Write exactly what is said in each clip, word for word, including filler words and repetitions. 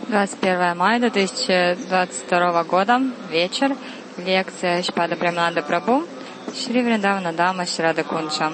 двадцать первое мая две тысячи двадцать второго года, вечер, лекция Шрипада Премананда Прабху, Шри Вриндавана Дама, Шри Рада Кунджа.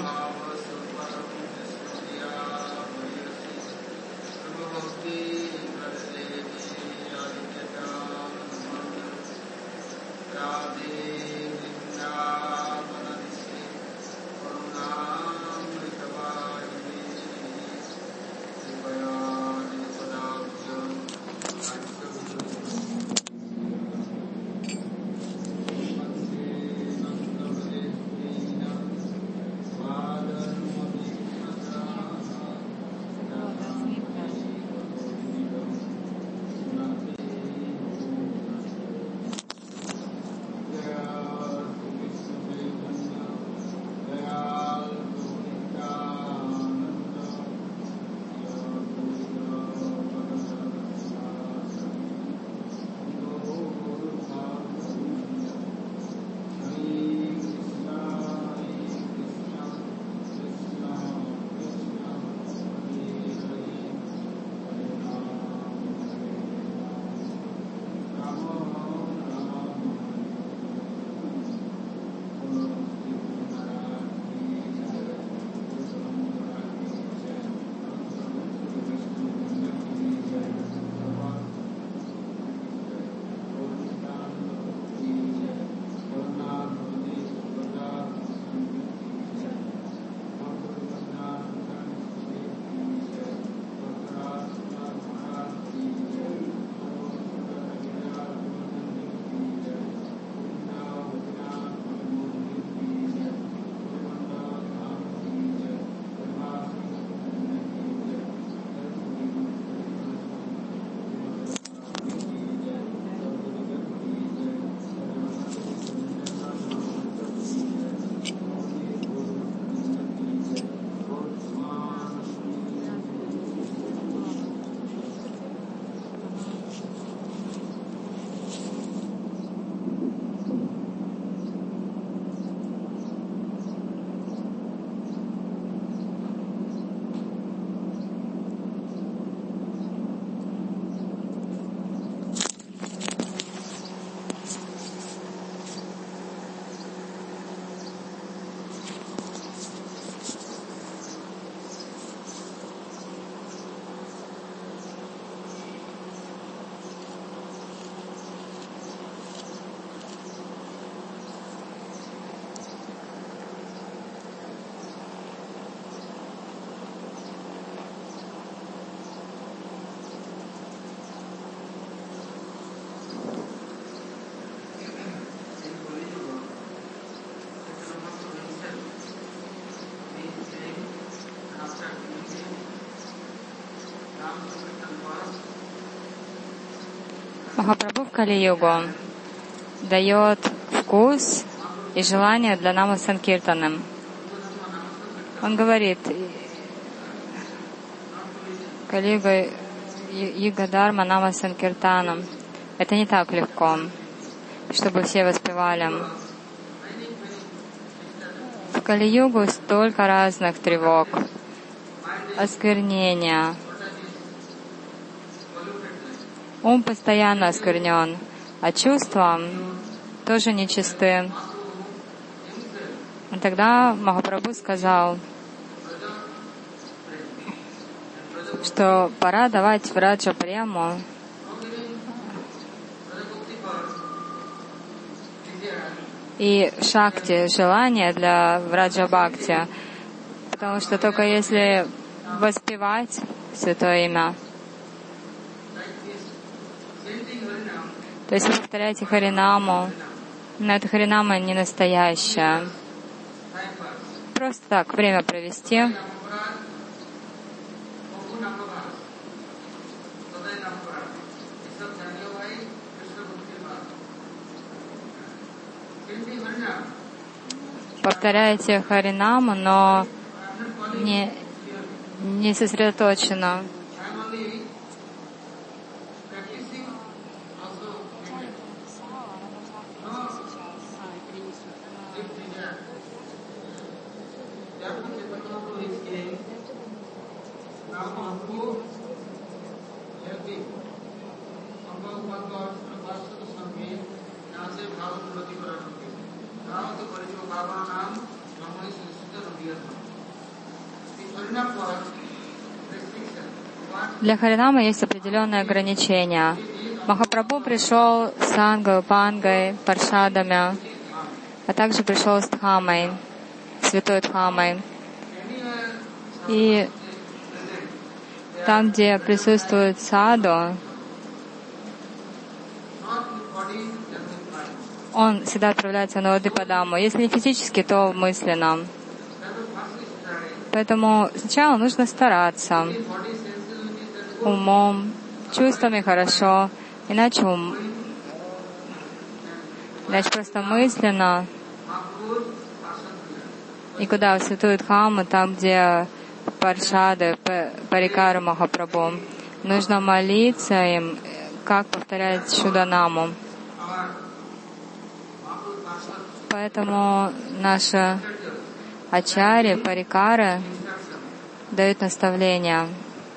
Махапрабху в Кали-югу дает вкус и желание для Нама Санкиртанам. Он говорит, Кали-юга Юга Дharma Нама Санкиртанам. Это не так легко, чтобы все воспевали. В Кали-югу столько разных тревог, осквернения. Ум постоянно осквернен, а чувства тоже нечисты. И тогда Махапрабху сказал, что пора давать Враджа Прему и Шакти, желание для Враджа Бхакти, потому что только если воспевать Святое Имя, то есть вы повторяете Харинаму, но эта Харинама не настоящая. Просто так, время провести. Повторяете Харинаму, но не, не сосредоточено. Для Харинама есть определенные ограничения. Махапрабху пришел с Сангой, Пангой, Паршадами, а также пришел с Дхамой, святой Дхамой. И там, где присутствует саду, он всегда отправляется на Удипадаму. Если не физически, то мысленно. Поэтому сначала нужно стараться умом, чувствами хорошо, иначе ум, иначе просто мысленно. И куда в святую Дхаму, там, где Паршады, Парикары Махапрабху, нужно молиться им, как повторять Шуданаму. Поэтому наши ачарьи, парикары дают наставления.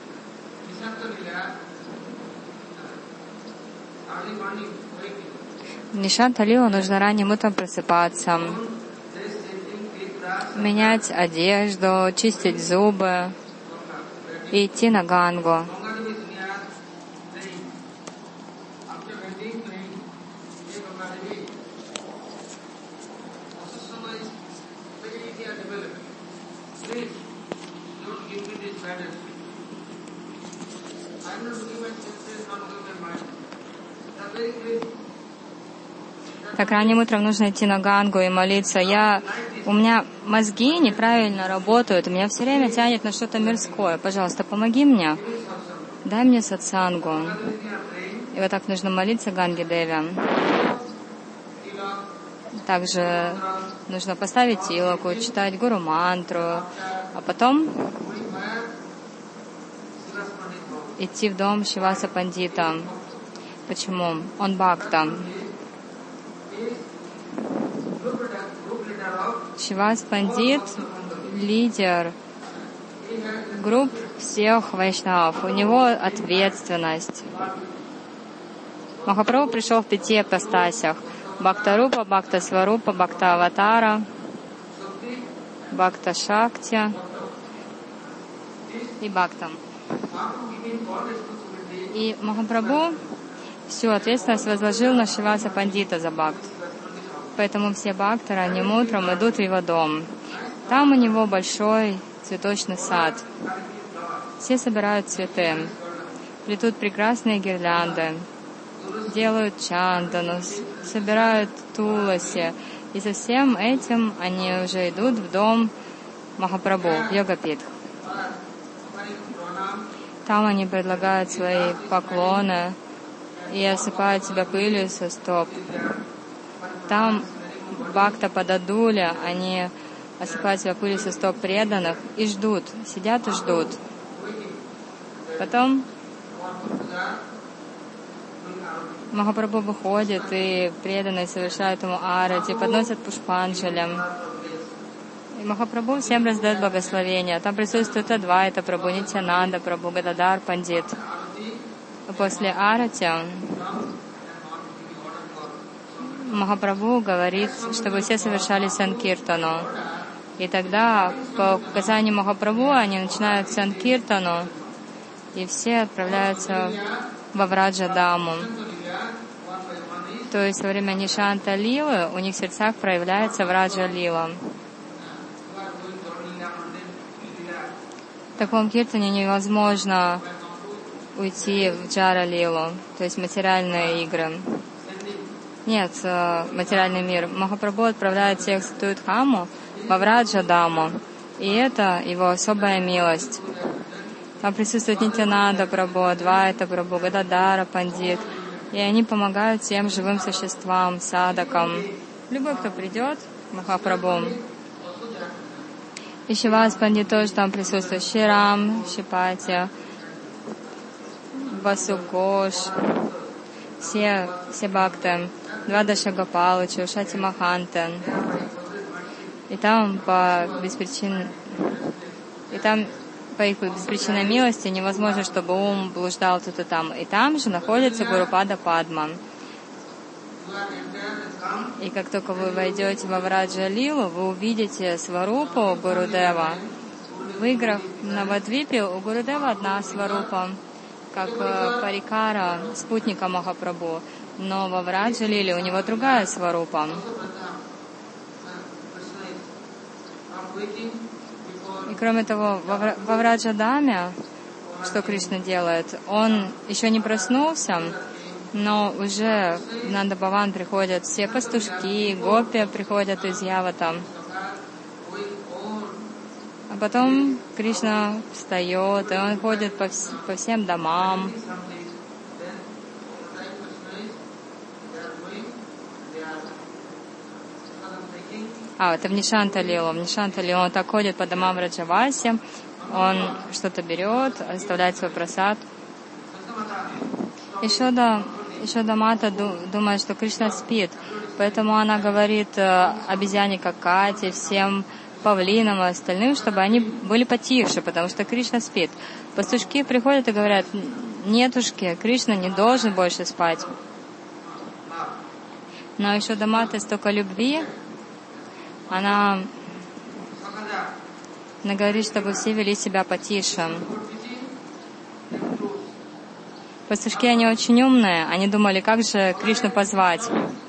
В Нишанта-лилу нужно ранним утром просыпаться, менять одежду, чистить зубы и идти на Гангу. Так ранним утром нужно идти на Гангу и молиться. Я, у меня мозги неправильно работают, меня все время тянет на что-то мирское. Пожалуйста, помоги мне, дай мне сатсангу. И вот так нужно молиться Ганге Деви. Также нужно поставить тилоку, читать гуру мантру, а потом идти в дом Шиваса Пандита. Почему? Он бхакта. Шивас Пандит — лидер групп всех вайшнавов. У него ответственность. Махапрабху пришел в пяти апостасях. Бхакта-рупа, Бхакта-сварупа, Бхакта-аватара, Бхакта-шакти и Бхактам. И Махапрабху всю ответственность возложил на Шиваса Пандита за бхакт. Поэтому все бхакты ранним утром идут в его дом. Там у него большой цветочный сад. Все собирают цветы, плетут прекрасные гирлянды, делают чандану, собирают туласи. И со всем этим они уже идут в дом Махапрабху, в Йогапитх. Там они предлагают свои поклоны и осыпают себя пылью со стоп. Там Бхакта Пададуля, они осыпают себя пылью со стоп преданных и ждут, сидят и ждут. Потом Махапрабху выходит, и преданные совершают ему арати, подносят пушпанджалям. И Махапрабху всем раздает благословение. Там присутствует Адвайта Прабху, Нитьянанда Прабху, Гададар Пандит. И после арати Махапрабху говорит, чтобы все совершали санкиртану. И тогда, по указанию Махапрабху, они начинают санкиртану, и все отправляются во Враджа-даму. То есть во время Нишанта-лилы у них в сердцах проявляется Враджа-лила. В таком киртане невозможно уйти в Джара-лилу, то есть материальные игры. Нет, материальный мир. Махапрабху отправляет всех в Святую Дхаму во Враджа-даму, и это его особая милость. Там присутствует Нитьянанда Прабху, Адвайта Прабху, Гададара Пандит, и они помогают всем живым существам, садакам. Любой, кто придет, Махапрабху. И Шивас Пандит тоже там присутствует. Ширам, Шипати, Васугош, все, все бхакты, Двадаша Гопалы, Чаушати Маханты. И там по беспричин... И там по их беспричинной милости невозможно, чтобы ум блуждал тут и там. И там же находится Гурупада Падма. И как только вы войдете во Враджа-лилу, вы увидите Сварупу Гурудева В играх на Навадвипе у Гурудева одна сварупа, как Парикара, спутника Махапрабху, но во Враджа-лиле у него другая сварупа. И кроме того, во Враджа-даме, что Кришна делает, он еще не проснулся, но уже в Нанда-бхаван приходят все пастушки, гопи приходят из Явата. А потом Кришна встает, и он ходит по, вс- по всем домам. А, это в Нишанта-лилу. В Нишанта-лилу он так ходит по домам Раджаваси, он что-то берет, оставляет свой прасад. Еще до, еще до Мата думает, что Кришна спит, поэтому она говорит обезьяне, как Кате, всем павлинам и остальным, чтобы они были потише, потому что Кришна спит. Пастушки приходят и говорят: нетушки, Кришна не должен больше спать. Но еще до Маты столько любви, она, она говорит, чтобы все вели себя потише. Пастушки, они очень умные, они думали, как же Кришну позвать.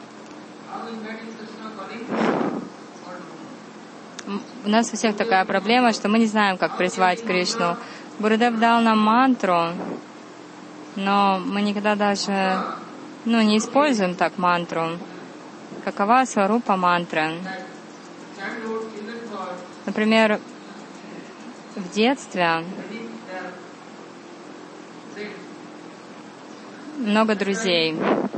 У нас у всех такая проблема, что мы не знаем, как призвать Кришну. Гурудев дал нам мантру, но мы никогда даже ну, не используем так мантру. Какова сварупа мантры? Например, в детстве много друзей.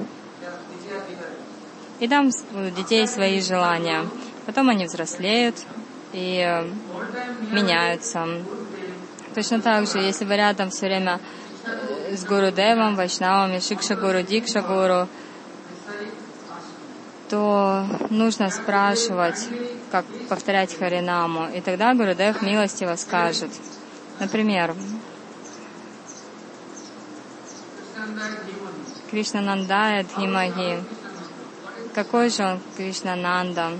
И там у детей свои желания. Потом они взрослеют и меняются. Точно так же, если вы рядом все время с Гурудевом, Вайшнавами, Шикша-гуру, Дикша-гуру, то нужно спрашивать, как повторять Харинаму, и тогда Гурудев милостиво скажет. Например, Кришнанандая Дхимахи. Какой же он Кришнананда?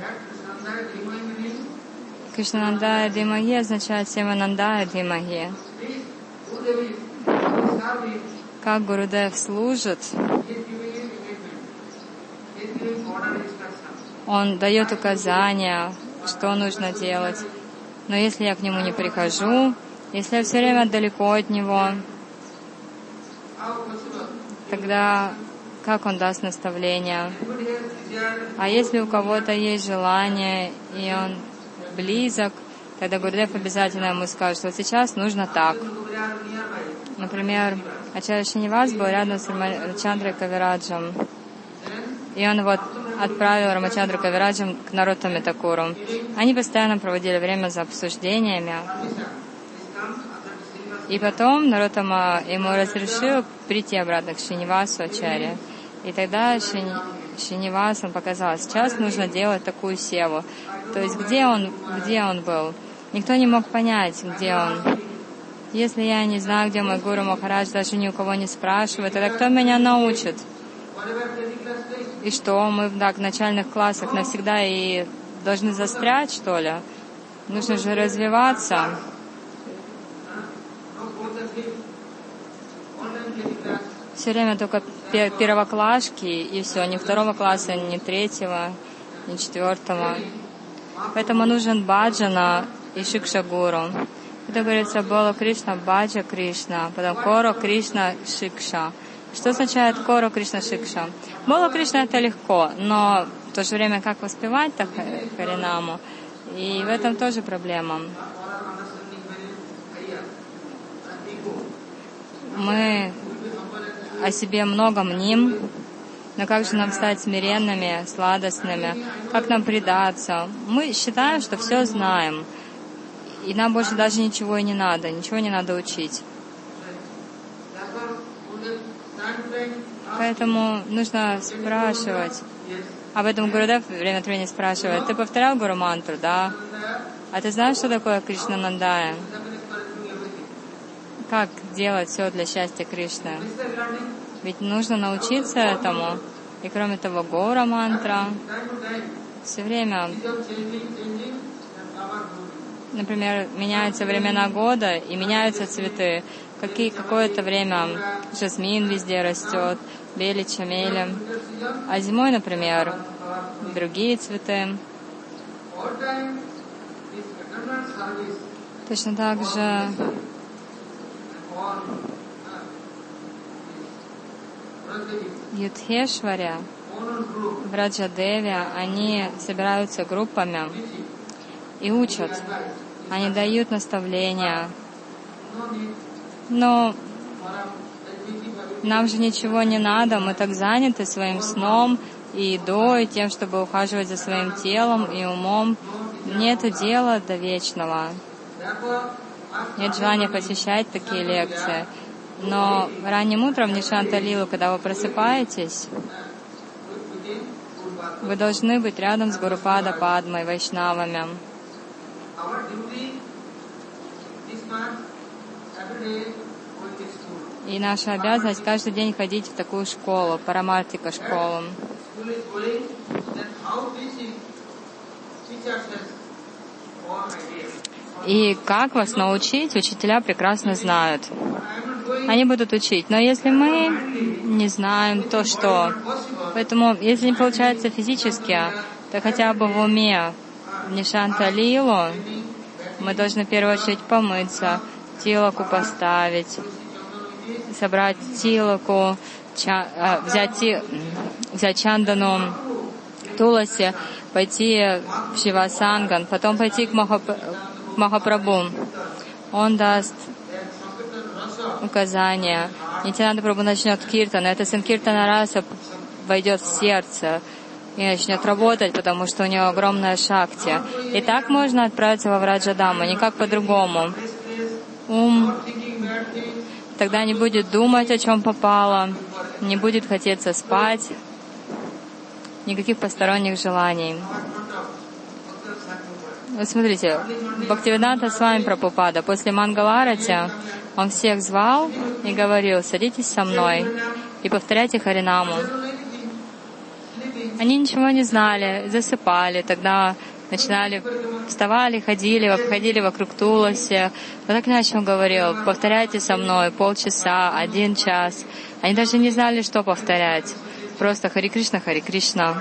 Кришнанандая Дхимахи означает Севанандая Дхимахи. Как Гурудев служит, он дает указания, что нужно делать. Но если я к нему не прихожу, если я все время далеко от него, тогда как он даст наставления? А если у кого-то есть желание, и он близок, тогда Гурудев обязательно ему скажет, вот сейчас нужно так. Например, Ачарья Шринивас был рядом с Рамачандрой Кавираджем, и он вот отправил Рамачандру Кавираджем к Нароттаме Такуру. Они постоянно проводили время за обсуждениями. И потом Нароттама ему разрешил прийти обратно к Шринивасу Ачарье. И тогда Шрини... Шринивас, он показал, сейчас нужно делать такую севу. То есть где он, где он был? Никто не мог понять, где он. Если я не знаю, где мой Гуру Махарадж, даже ни у кого не спрашиваю, тогда кто меня научит? И что, мы так, в начальных классах навсегда и должны застрять, что ли? Нужно же развиваться. Все время только первоклашки, и все, ни второго класса, ни третьего, ни четвертого. Поэтому нужен баджана и шикша-гуру. Это говорится Бола Кришна, Баджа Кришна, потом Коро Кришна Шикша. Что означает Коро Кришна Шикша? Бола Кришна это легко, но в то же время как воспевать так Харинаму, и в этом тоже проблема. Мы о себе много мним, но как же нам стать смиренными, сладостными? Как нам предаться? Мы считаем, что все знаем, и нам больше даже ничего и не надо, ничего не надо учить. Поэтому нужно спрашивать. Об этом Гурудев время от времени спрашивает: ты повторял Гуру мантру, да? А ты знаешь, что такое Кришнанандая? Как делать все для счастья Кришны? Ведь нужно научиться этому. И кроме того, Гора мантра все время например, меняются времена года и меняются цветы. Какие, какое-то время жасмин везде растет, бели, чамели. А зимой, например, другие цветы. Точно так же Юдхешваря, в Раджадеве, они собираются группами и учат. Они дают наставления. Но нам же ничего не надо, мы так заняты своим сном и едой, тем, чтобы ухаживать за своим телом и умом. Нету дела до вечного. Нет желания посещать такие лекции. Но ранним утром в Нишанта Лилу, когда вы просыпаетесь, вы должны быть рядом с Гурупада Падмой, Вайшнавами. И наша обязанность каждый день ходить в такую школу, Парамартика школу. И как вас научить, учителя прекрасно знают. Они будут учить. Но если мы не знаем, то что? Поэтому, если не получается физически, то хотя бы в уме, в Нишанта Лилу, мы должны в первую очередь помыться, тилаку поставить, собрать тилаку, ча, взять, ти, взять чандану, туласи, пойти в Шивасанган, потом пойти к Махапрабху. Он даст указания. Нитянанда Прабху начнет киртан. Это санкиртана раса войдет в сердце и начнет работать, потому что у него огромная шакти. И так можно отправиться во Враджадаму, никак по-другому. Ум тогда не будет думать, о чем попало, не будет хотеться спать, никаких посторонних желаний. Вот смотрите, Бхактивиданта Свами Прабхупада после Мангаларати он всех звал и говорил: садитесь со мной и повторяйте Харинаму. Они ничего не знали, засыпали, тогда начинали, вставали, ходили, обходили вокруг Туласи. Вот так иначе он говорил: повторяйте со мной полчаса, один час. Они даже не знали, что повторять. Просто Хари Кришна, Хари Кришна.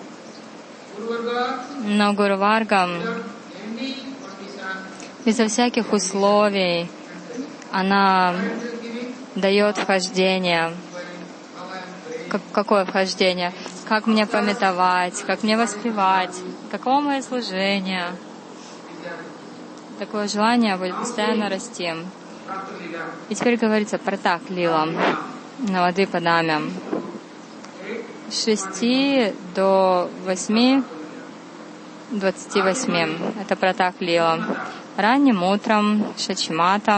Но Гуру Варга безо всяких условий она дает вхождение. Как, какое вхождение? Как мне памятовать, как мне воспевать, каково мое служение. Такое желание будет постоянно расти. И теперь говорится про так лила Навадвипадаме. С шести до восьми, двадцати восьми. Это про так лила. Ранним утром Шачимата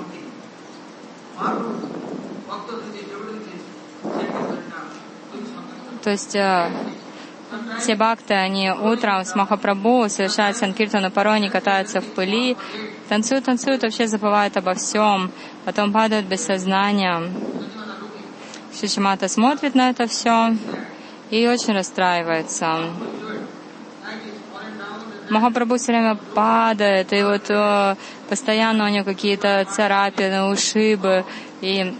То есть э, все бхакты, они утром с Махапрабху совершают санкиртану, порой они катаются в пыли, танцуют, танцуют, вообще забывают обо всем, потом падают без сознания. Шачимата смотрит на это все и очень расстраивается. Махапрабху все время падает, и вот э, постоянно у него какие-то царапины, ушибы, и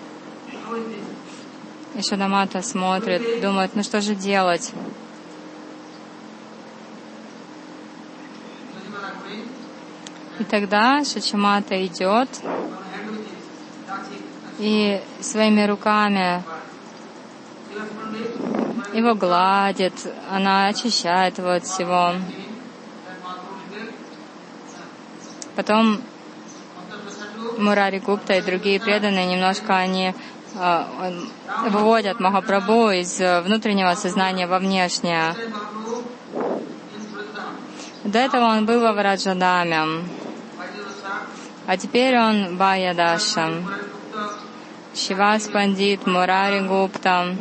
Ешодамата смотрит, думает, ну что же делать? И тогда Шачимата идет и своими руками его гладит, она очищает его от всего. Потом Мурари Гупта и другие преданные немножко они э, выводят Махапрабху из внутреннего сознания во внешнее. До этого он был во Враджадаме, а теперь он Бхаядаша. Шивас Пандит, Мурари Гупта.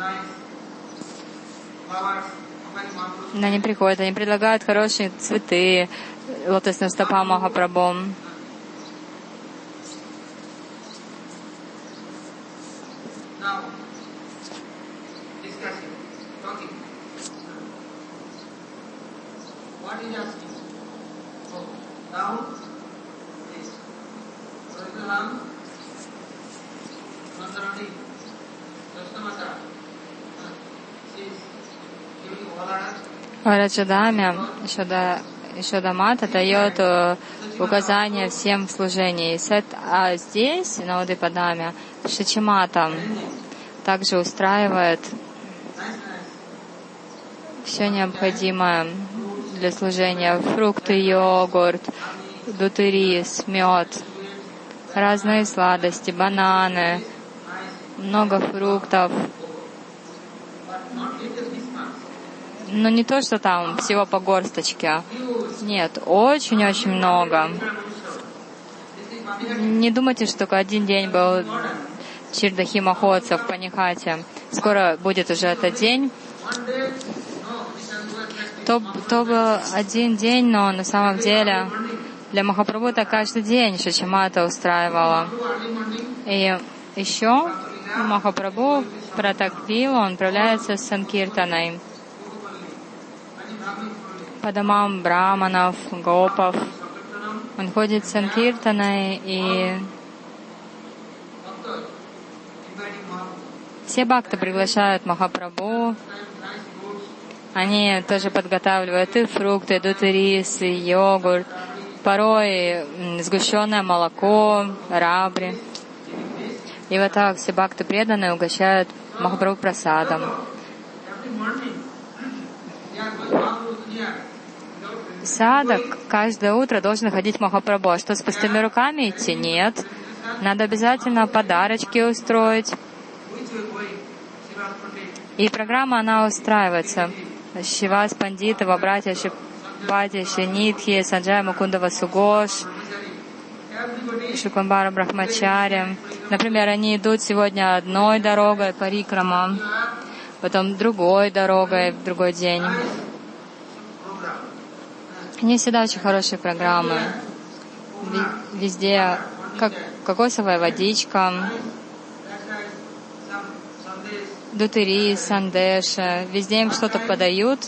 Они приходят, они предлагают хорошие цветы лотосным стопам Махапрабху. Раджадаме Ишода, Ишодамата дает э, указания всем в служении. А здесь, на Удипадаме, Шичимата также устраивает все необходимое для служения. Фрукты, йогурт, дутый рис, мед, разные сладости, бананы, много фруктов. Но не то, что там всего по горсточке. Нет, очень-очень много. Не думайте, что только один день был Чирдахи Махотса в Панихате. Скоро будет уже этот день. То, то был один день, но на самом деле для Махапрабху это каждый день Шичимата устраивала. И еще Махапрабху Пратаквил, он отправляется с Санкиртаной по домам браманов, гопов. Он ходит с Санкиртаной, и все бхакты приглашают Махапрабху. Они тоже подготавливают и фрукты, и рис, и йогурт, порой сгущенное молоко, рабри. И вот так все бхакты преданные угощают Махапрабху прасадом. Садак каждое утро должен ходить Махапрабху. А что, с пустыми руками идти? Нет. Надо обязательно подарочки устроить. И программа, она устраивается. Шивас Пандитова, братья Шипати, Шенитхи, Санджай Мукундава Сугош, Шукамбара Брахмачари. Например, они идут сегодня одной дорогой парикрама, потом другой дорогой в другой день. Они всегда очень хорошие программы. Везде как кокосовая водичка, дутыри, сандеша. Везде им что-то подают.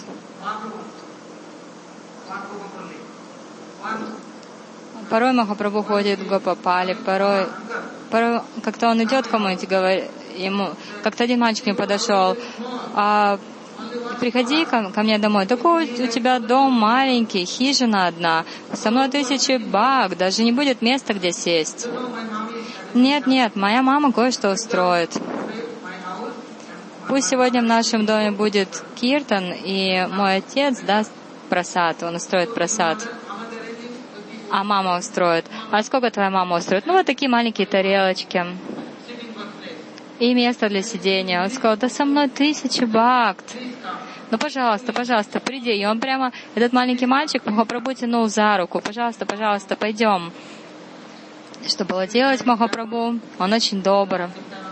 Порой Махапрабху ходит в Гопапали, порой, порой как-то он идет кому-нибудь, говорит ему, как-то один мальчик мне подошел, а приходи ко, ко мне домой. Такой у тебя дом маленький, хижина одна, со мной тысячи бак, даже не будет места, где сесть. Нет, нет, моя мама кое-что устроит. Пусть сегодня в нашем доме будет киртан, и мой отец даст прасад, он устроит прасад. А мама устроит. А сколько твоя мама устроит? Ну, вот такие маленькие тарелочки. И место для сидения. Он сказал, да со мной тысячи бхакт. Ну, пожалуйста, пожалуйста, приди. И он прямо, этот маленький мальчик, Махапрабху тянул за руку. Пожалуйста, пожалуйста, пойдем. Что было делать Махапрабху? Он очень добр.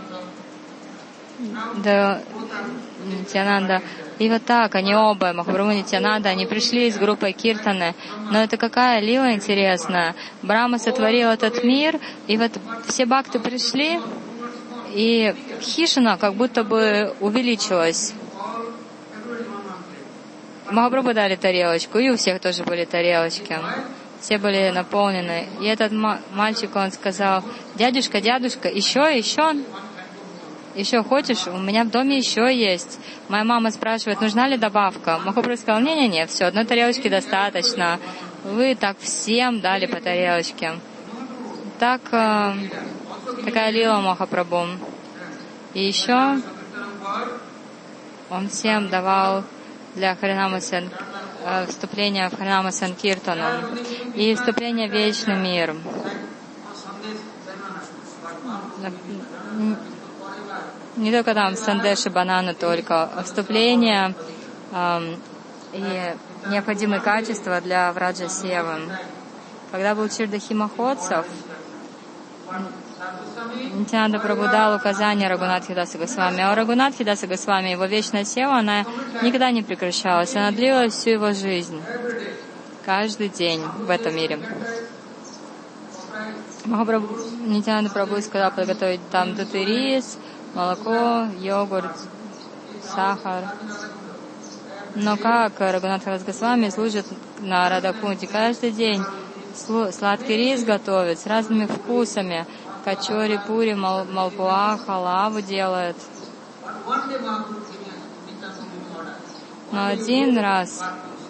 Да, Нитьянанда. И вот так, они оба, Махапрабху и Нитьянанда, они пришли с группой Киртаны. Но это какая лила интересная. Брахма сотворил этот мир, и вот все бхакты пришли, и хижина как будто бы увеличилась. Махапрабху дали тарелочку, и у всех тоже были тарелочки. Все были наполнены. И этот мальчик, он сказал, дядюшка, дядюшка, еще, еще... Еще хочешь? У меня в доме еще есть. Моя мама спрашивает, нужна ли добавка. Махапрабху сказал, не-не-не, все, одной тарелочки достаточно. Вы так всем дали по тарелочке. Так, э, такая лила Махапрабху. И еще он всем давал для Харинама Сан, э, вступления в Харинама Санкиртану и вступление в вечный мир. Не только там сандеши, бананы только, а вступление эм, и необходимые качества для Враджа Севы. Когда был Чирдахи Махотсав, Нитьянанда Прабху дал указание Рагунатхи Даса Госвами, а у Рагунатхи Даса Госвами его вечная сева, она никогда не прекращалась, она длилась всю его жизнь, каждый день в этом мире. Махапрабху, Нитьянанда Прабху сказал подготовить там дутый рис, молоко, йогурт, сахар. Но как Рагунатха Дас Госвами служит на Радакунте каждый день, сладкий рис готовит с разными вкусами. Качори, пури, мал, малпуа, халаву делает. Но один раз,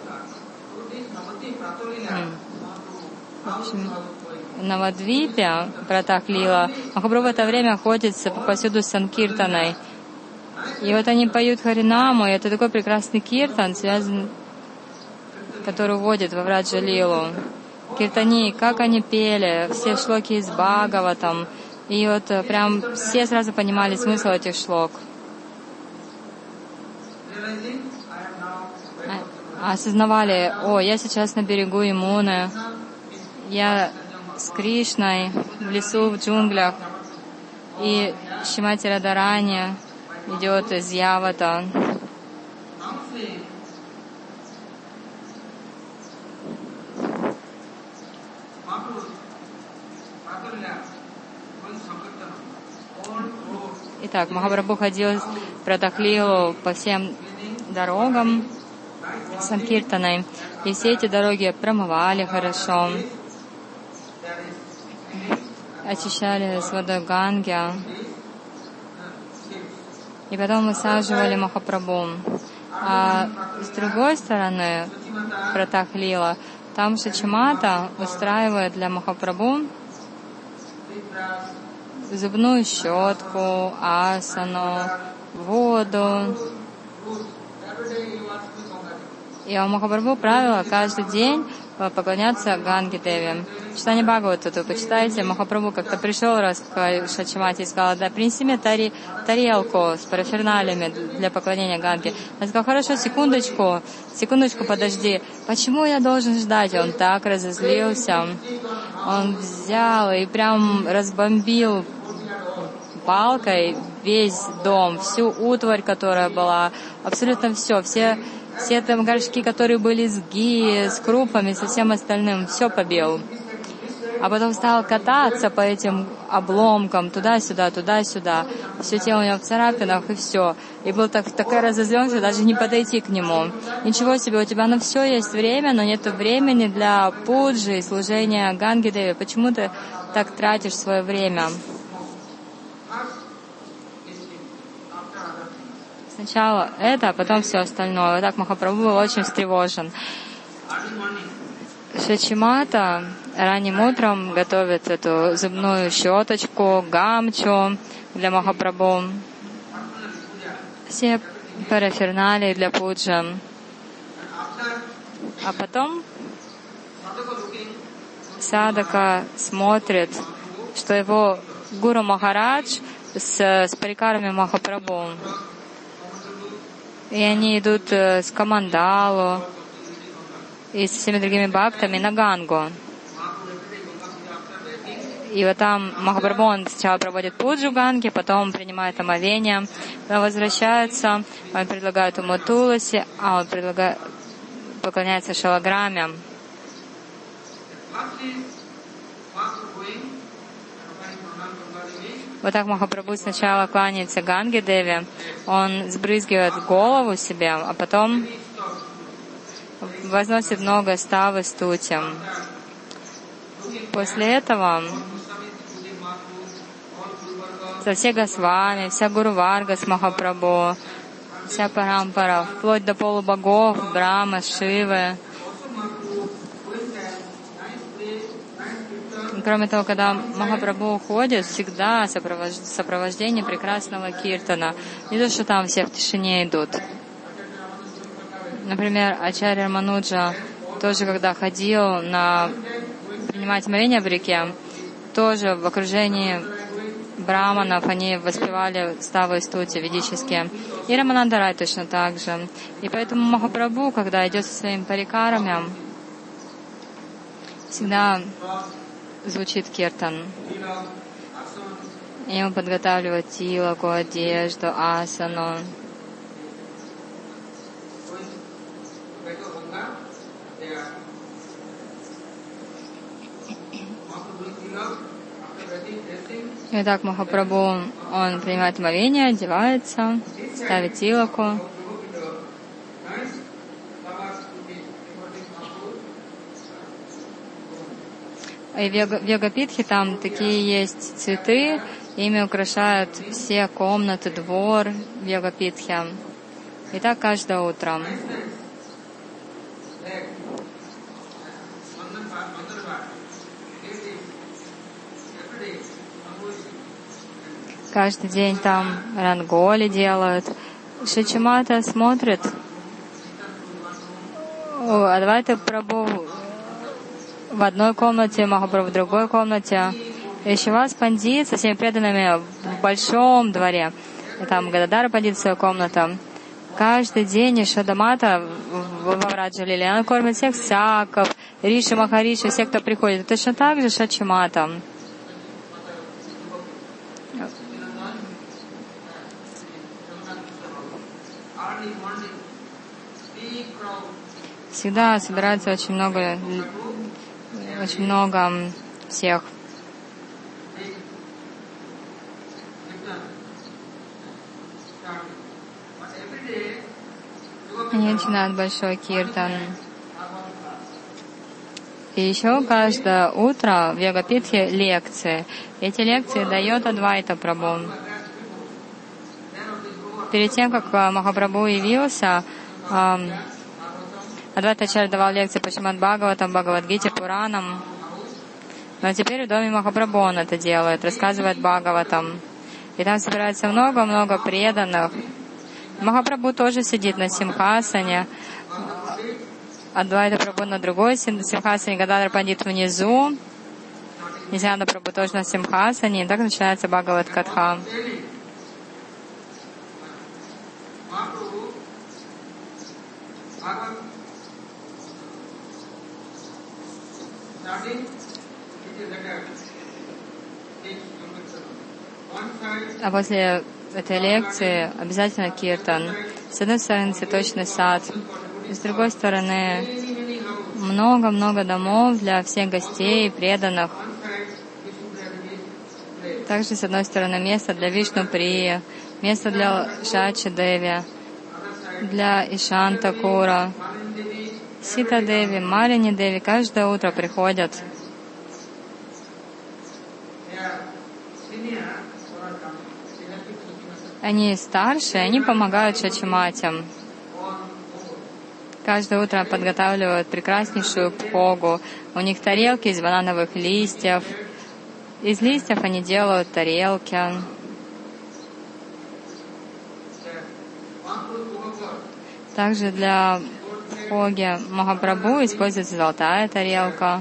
в общем, на Навадвипе, Пратахлила, Махапрабху в это время ходит повсюду с санкиртаной. И вот они поют Харинаму, и это такой прекрасный киртан, связан, который вводит во Враджа-лилу. Киртани, как они пели, все шлоки из Бхагаватам. И вот прям все сразу понимали смысл этих шлок. Осознавали, о, я сейчас на берегу Ямуны, я с Кришной в лесу, в джунглях, и Шримати Радарани идет из Явата. Итак, Махапрабху ходил в Пратахлилу по всем дорогам санкиртаной, и все эти дороги промывали хорошо, очищали с водой Ганги, и потом высаживали Махапрабху. А с другой стороны, Пратахлила, там Шачимата устраивает для Махапрабху зубную щетку, асану, воду. И у Махапрабху правило каждый день поклоняться Ганге Деви. В Читании Бхагавата, вы почитаете, Махапрабху как-то пришел раз к Шачимате и сказал, да, принеси мне тари, тарелку с параферналиями для поклонения Ганге. Он сказал, хорошо, секундочку, секундочку, подожди. Почему я должен ждать? Он так разозлился. Он взял и прям разбомбил палкой весь дом, всю утварь, которая была, абсолютно все, все, все там горшки, которые были с ги, с крупами, со всем остальным, все побил. А потом стал кататься по этим обломкам, туда-сюда, туда-сюда. Все тело у него в царапинах, и все. И был так, такой разозлен, что даже не подойти к нему. Ничего себе, у тебя на все есть время, но нет времени для пуджи и служения Ганге Деви. Почему ты так тратишь свое время? Сначала это, а потом все остальное. Вот так Махапрабху был очень встревожен. Шачимата ранним утром готовит эту зубную щеточку, гамчу для Махапрабху. Все параферналии для пуджи. А потом Садака смотрит, что его Гуру Махарадж с, с парикарами Махапрабху. И они идут с Камандалу и со всеми другими бхактами на Гангу. И вот там Махапрабху, он сначала проводит пуджу Ганги, потом принимает омовение, потом возвращается, он предлагает ему туласи, а он предлагает, поклоняется шалаграме. Вот так Махапрабху сначала кланяется Ганге Деви, он сбрызгивает голову себе, а потом возносит много ставы стути. После этого со все Госвами, вся Гуру Варга с Махапрабху, вся Парампара, вплоть до полубогов, Брахмы, Шивы. Кроме того, когда Махапрабху уходит, всегда сопровождение прекрасного киртана. Не то, что там все в тишине идут. Например, Ачарья Рамануджа тоже, когда ходил на принимать омовение в реке, тоже в окружении браманов они воспевали ставы и стути ведические. И Рамананда Рай точно так же. И поэтому Махапрабху, когда идет со своими парикарами, всегда звучит киртан. И ему подготавливают тилаку, одежду, асану. И так Махапрабху, он принимает омовение, одевается, ставит тилаку. И в Йога-питхе там такие есть цветы, ими украшают все комнаты, двор в Йога-питхе. И так каждое утро. Каждый день там ранголи делают. Шачимата смотрит. О, Адвайта Прабху в одной комнате, Махапрабху в другой комнате. И Шивас Пандит со всеми преданными в большом дворе. И там Гададара Пандит, своя комната. Каждый день Ишадамата во Враджалиле, она кормит всех саков, Риши, Махариши, всех, кто приходит. Точно так же Шачимата. Всегда собирается очень много, очень много всех. Они начинают большой киртан. И еще каждое утро в Йога-питхе лекции. Эти лекции дает Адвайта Прабху. Перед тем, как Махапрабху явился, Адвайта Ачарья давал лекции по Шримад Бхагаватам, Бхагавад-гите, Пуранам. Но теперь в доме Махапрабху он это делает, рассказывает Бхагаватам. И там собирается много-много преданных. Махапрабху тоже сидит на симхасане. Адвайта Прабху на другой симхасане, Гададара Пандит внизу. Нитьянанда Прабху тоже на симхасане. И так начинается Бхагават-катха. А после этой лекции обязательно киртан. С одной стороны цветочный сад, с другой стороны много-много домов для всех гостей, преданных. Также с одной стороны место для Вишну-прии, место для Шачи-деви, для Ишан-такура, Сита-деви, Малини-деви. Каждое утро приходят. Они старше, они помогают Шачиматям. Каждое утро подготавливают прекраснейшую пхогу. У них тарелки из банановых листьев. Из листьев они делают тарелки. Также для пхоги Махапрабху используется золотая тарелка.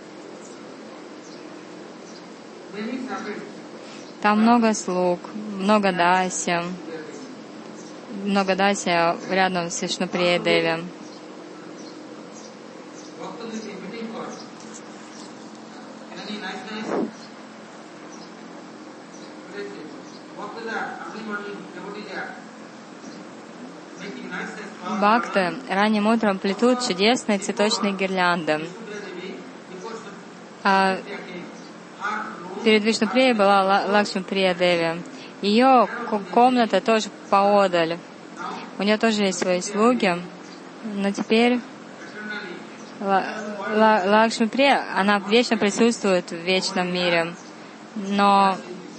Там много слуг, много даси, много даси рядом с Вишнуприей Деви. Бхакты ранним утром плетут чудесные цветочные гирлянды. А перед Вишнуприей была Лакшми-прия Деви. Ее комната тоже поодаль. У нее тоже есть свои слуги. Но теперь Лакшми-прия, она вечно присутствует в вечном мире. Но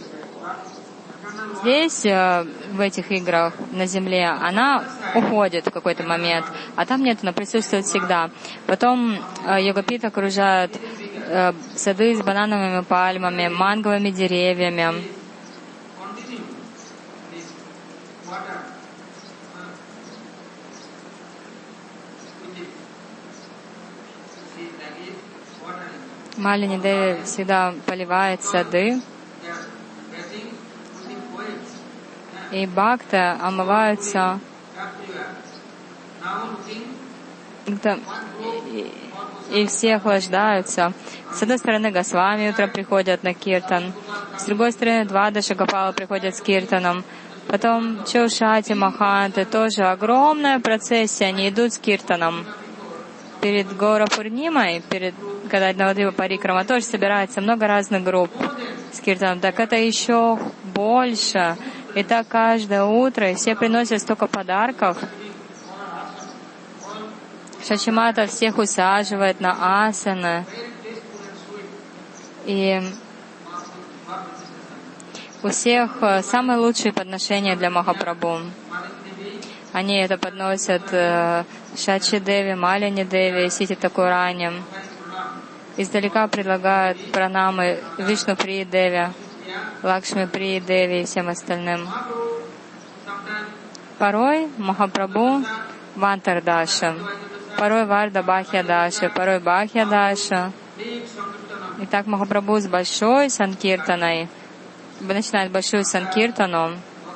здесь, в этих играх на земле, она уходит в какой-то момент. А там нет, она присутствует всегда. Потом Йога-пит окружает сады с банановыми пальмами, манговыми деревьями. Малини Деви всегда поливает сады. И бхакты омываются. И все охлаждаются. С одной стороны, Госвами утром приходят на киртан. С другой стороны, Двадаша Гопала приходят с киртаном. Потом Чаушати, Маханты, тоже огромная процессия, они идут с киртаном. Перед Гора Пурнимой, перед, когда Навадвипа Парикрама, тоже собирается много разных групп с киртаном. Так это еще больше. И так каждое утро, и все приносят столько подарков. Шачимата всех усаживает на асаны. И у всех самые лучшие подношения для Махапрабху. Они это подносят Шачи Деви, Малини Деви, Сити Такурани. Издалека предлагают пранамы Вишну Прии Деви, Лакшми Прии Деви и всем остальным. Порой Махапрабху Вантардаша, порой Варда Бахья Даша, порой Бахья Даша. И так Махапрабху с большой санкиртаной начинает большую санкиртану.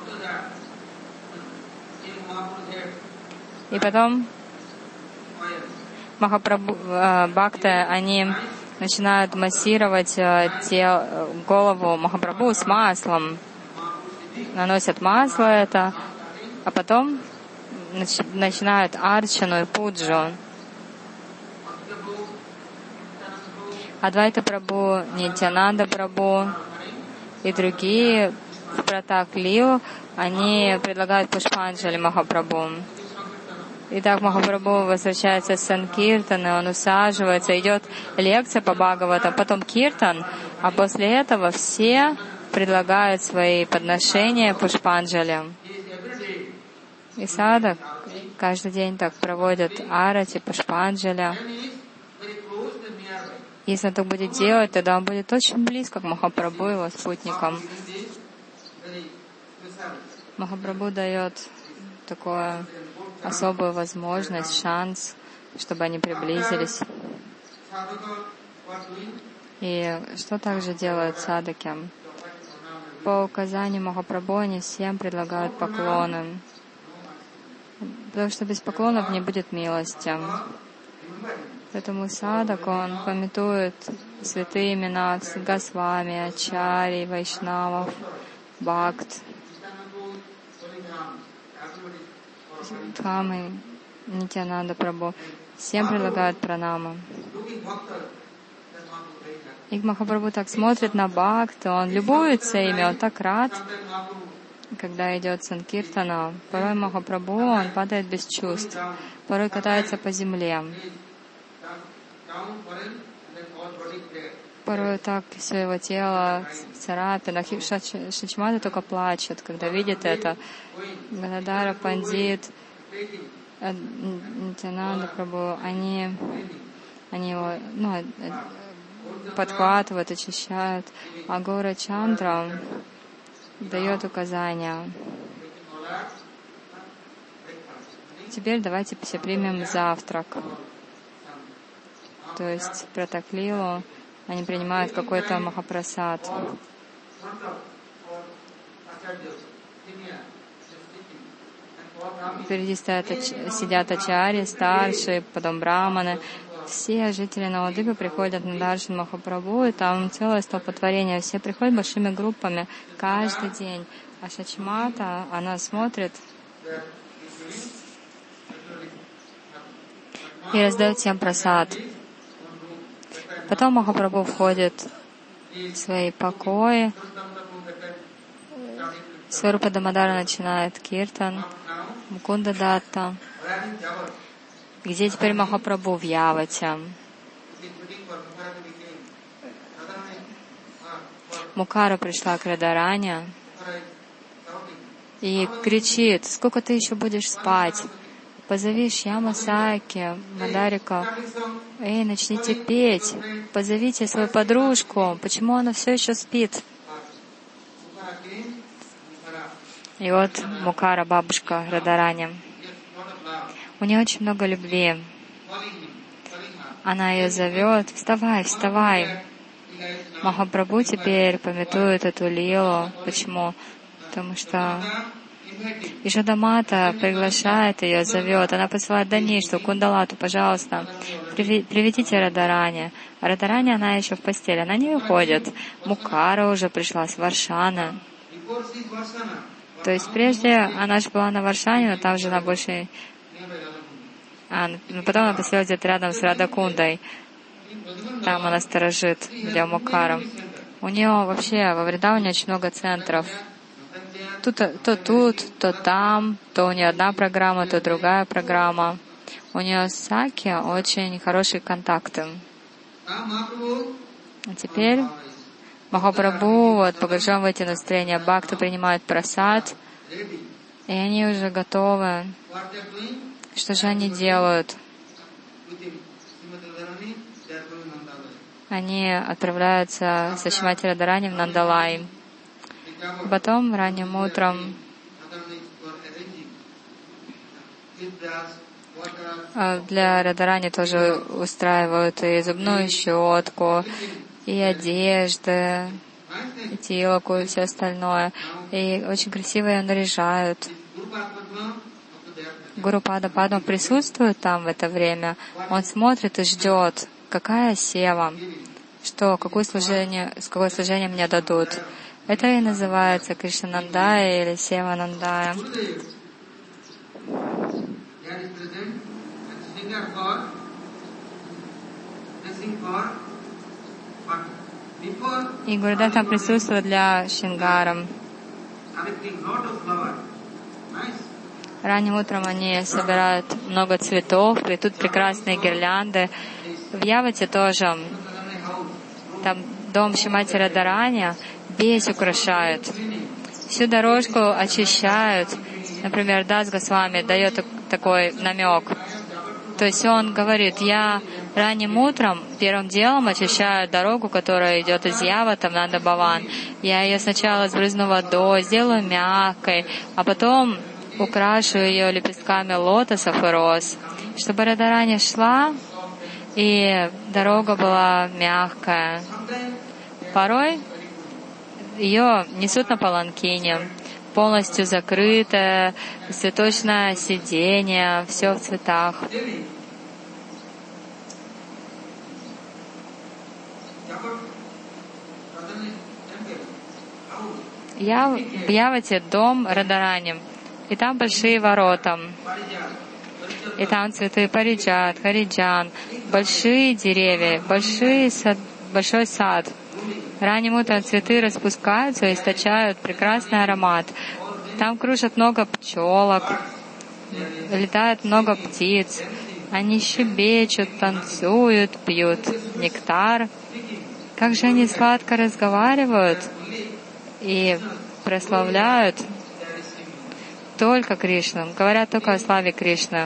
И потом Махапрабху, бхакты, они начинают массировать те, голову Махапрабху с маслом. Наносят масло это, а потом начинают арчану и пуджу. Адвайта Прабху, Нитьянанда Прабху и другие в Пратак-лилу, они предлагают Пушпанджали Махапрабху. Итак, Махапрабху возвращается с Санкиртаны, он усаживается, идет лекция по Бхагаватам, потом Киртан, а после этого все предлагают свои подношения Пушпанджалям. И садак каждый день так проводят арати, Пушпанджаля. Если он так будет делать, тогда он будет очень близко к Махапрабху и его спутникам. Махапрабху дает такую особую возможность, шанс, чтобы они приблизились. И что также делают садаки? По указанию Махапрабху они всем предлагают поклоны. Потому что без поклонов не будет милости. Поэтому садак, он памятует святые имена Госвами, Ачарьи, Вайшнавов, Бхакт, Дхамы, Нитьянанда Прабху. Всем предлагают пранаму. И Махапрабху так смотрит на Бхакта, он любуется ими, он так рад, когда идет Санкиртана. Порой Махапрабху, он падает без чувств, порой катается по земле. Порой так все его тело в царапинах. Шачмата только плачет, когда видит это. Гададара, Пандит, Нитьянанда Прабху, они, они его ну, подхватывают, очищают. А Гора Чандра дает указания. Теперь давайте все примем завтрак. То есть Пратак-лилу они принимают какой-то махапрасад. Впереди стоят, сидят ачарьи, старшие, потом браманы. Все жители Навадвипы приходят на Даршан Махапрабху, и там целое столпотворение. Все приходят большими группами каждый день. А Шачмата, она смотрит и раздает всем прасад. Потом Махапрабху входит в свои покои. Сварупа Дамодара начинает киртан, Мукунда Датта. Где теперь Махапрабху? В Явате. Мукара пришла к Радаране и кричит: сколько ты еще будешь спать? Позови Шьяма Саки, Мадарика. Эй, начните петь. Позовите свою подружку. Почему она все еще спит? И вот Мукара, бабушка Радарани. У нее очень много любви. Она ее зовет: вставай, вставай. Махапрабху теперь памятует эту лилу. Почему? Потому что Ишадамата приглашает ее, зовет. Она посылает Даништу, Кундалату: пожалуйста, приведите Радарани. А Радарани, она еще в постели, она не уходит. Мукара уже пришла с Варшаны. То есть прежде она же была на Варшане, но там же она больше... А, ну, потом она поселилась где-то рядом с Радакундой. Там она сторожит для Мукара. У нее вообще во Вриндаване очень много центров. Тут, то тут, то там, то у нее одна программа, то другая программа. У нее с Саки очень хорошие контакты. А теперь Махапрабху вот, погружен в эти настроения. Бхакты принимают прасад, и они уже готовы. Что же они делают? Они отправляются со Шримати Радхарани в Нандалай. Потом ранним утром для Радхарани тоже устраивают и зубную щетку, и одежды, и тилоку, и все остальное. И очень красиво ее наряжают. Гуру Пада Падма присутствует там в это время. Он смотрит и ждет, какая сева, что, какое служение, с какое служение мне дадут. Это и называется Кришнанандая или Севанандая. И Гурудев там присутствует для Шингара. Ранним утром они собирают много цветов, плетут прекрасные гирлянды. В Явате тоже. Там дом Шримати Радхарани весь украшают. Всю дорожку очищают. Например, Дас Госвами дает такой намек. То есть он говорит, я ранним утром первым делом очищаю дорогу, которая идет из Явата в Нанда-Баван. Я ее сначала сбрызну водой, сделаю мягкой, а потом украшу ее лепестками лотосов и роз, чтобы Радхарани шла, и дорога была мягкая. Порой ее несут на паланкине, полностью закрытое, цветочное сиденье, все в цветах. Я в Явате дом Радхарани, и там большие ворота, и там цветы париджат, хариджан, большие деревья, большие сад, большой сад. Ранним утром цветы распускаются и источают прекрасный аромат. Там кружат много пчелок, летает много птиц. Они щебечут, танцуют, пьют нектар. Как же они сладко разговаривают и прославляют только Кришну, говорят только о славе Кришны.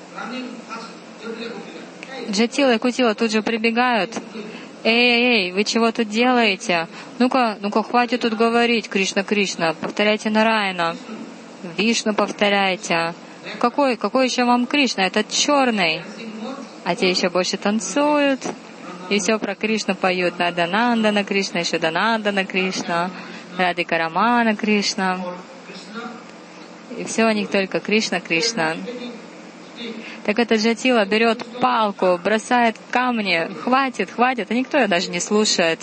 Джатила и Кутила тут же прибегают. Эй, эй, вы чего тут делаете? Ну-ка, ну-ка, хватит тут говорить, Кришна, Кришна. Повторяйте Нараяна. Вишну повторяйте. Какой, какой еще вам Кришна? Этот черный. А те еще больше танцуют. И все про Кришну поют. Наданандана Кришна, еще Данандана Кришна, Радхика Рамана Кришна. И все у них только Кришна, Кришна. Так этот Джатила берет палку, бросает камни, хватит, хватит, а никто ее даже не слушает.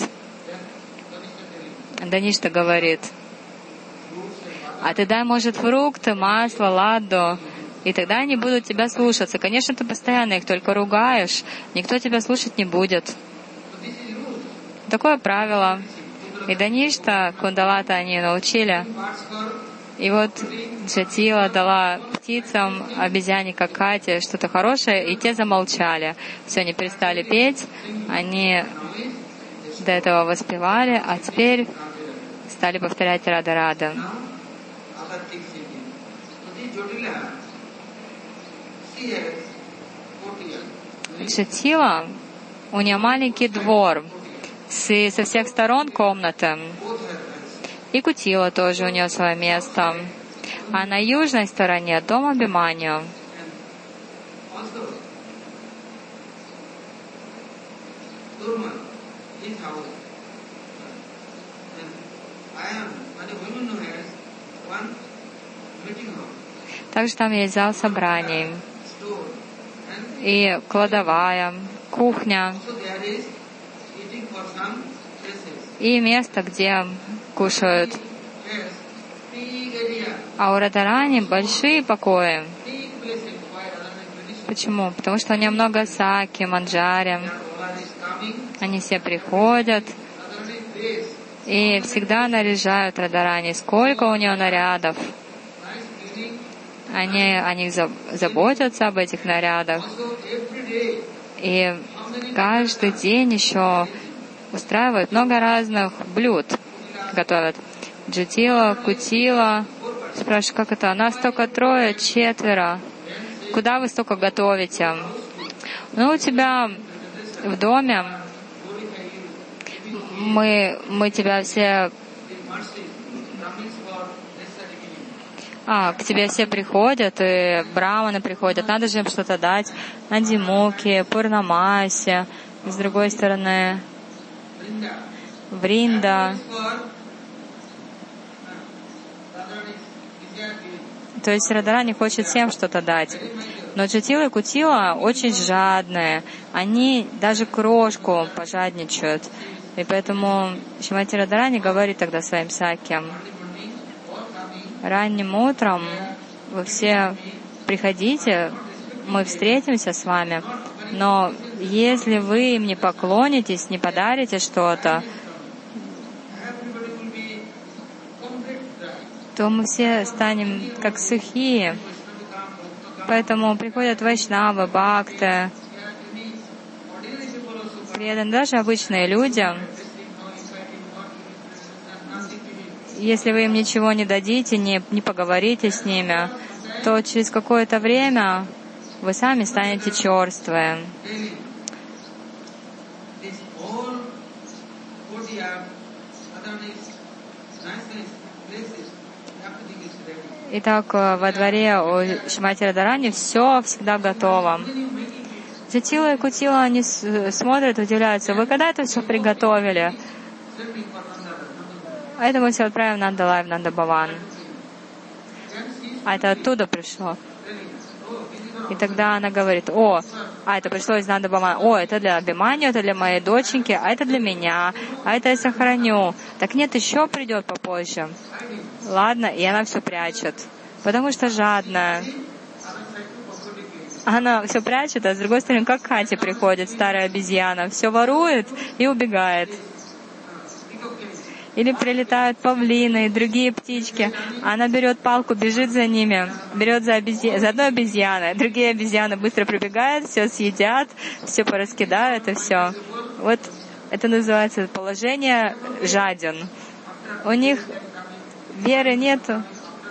Даништа говорит, а ты дай, может, фрукты, масло, ладду, и тогда они будут тебя слушаться. Конечно, ты постоянно их только ругаешь, никто тебя слушать не будет. Такое правило. И Даништа, Кундалата они научили. И вот Джатила дала птицам, обезьяне, как Кате, что-то хорошее, и те замолчали. Все, они перестали петь, они до этого воспевали, а теперь стали повторять Рада-Рада. Джатила, у нее маленький двор, со всех сторон комнаты. И Кутила тоже у нее свое место. А на южной стороне дом Абхиманью. Также там есть зал собраний. И кладовая, кухня. И место, где кушают. А у Радхарани большие покои. Почему? Потому что у нее много саки, манджари. Они все приходят и всегда наряжают Радхарани. Сколько у нее нарядов. Они о них заботятся, об этих нарядах. И каждый день еще устраивают много разных блюд, готовят. Джатила, кутила. Спрашиваю, как это? Нас только трое, четверо. Куда вы столько готовите? Ну, у тебя в доме мы, мы тебя все... А, к тебе все приходят, и браманы приходят, надо же им что-то дать. Надимуки, Пурнамаси, с другой стороны, Вринда. То есть Радарани хочет всем что-то дать. Но Джатила и Кутила очень жадные. Они даже крошку пожадничают. И поэтому Шримати Радарани говорит тогда своим сакьям: ранним утром вы все приходите, мы встретимся с вами, но если вы им не поклонитесь, не подарите что-то, то мы все станем как сухие. Поэтому приходят вайшнавы, бхакты, преданные, даже обычные люди. Если вы им ничего не дадите, не, не поговорите с ними, то через какое-то время вы сами станете черствые. Итак, во дворе у Шримати Радарани все всегда готово. Джатила и Кутила, они смотрят, удивляются: вы когда это все приготовили? А это мы все отправим в Нандалай, в Нандабаван. А это оттуда пришло. И тогда она говорит: о, а это пришло из Нандабавана. О, это для Абиманию, это для моей доченьки, а это для меня, а это я сохраню. Так нет, еще придет попозже. Ладно, и она все прячет, потому что жадная. Она все прячет, а с другой стороны, как Катя приходит, старая обезьяна, все ворует и убегает. Или прилетают павлины и другие птички. Она берет палку, бежит за ними, берет за, обезья... за одной обезьяной. Другие обезьяны быстро прибегают, все съедят, все пораскидают и все. Вот это называется положение жаден. У них веры нету.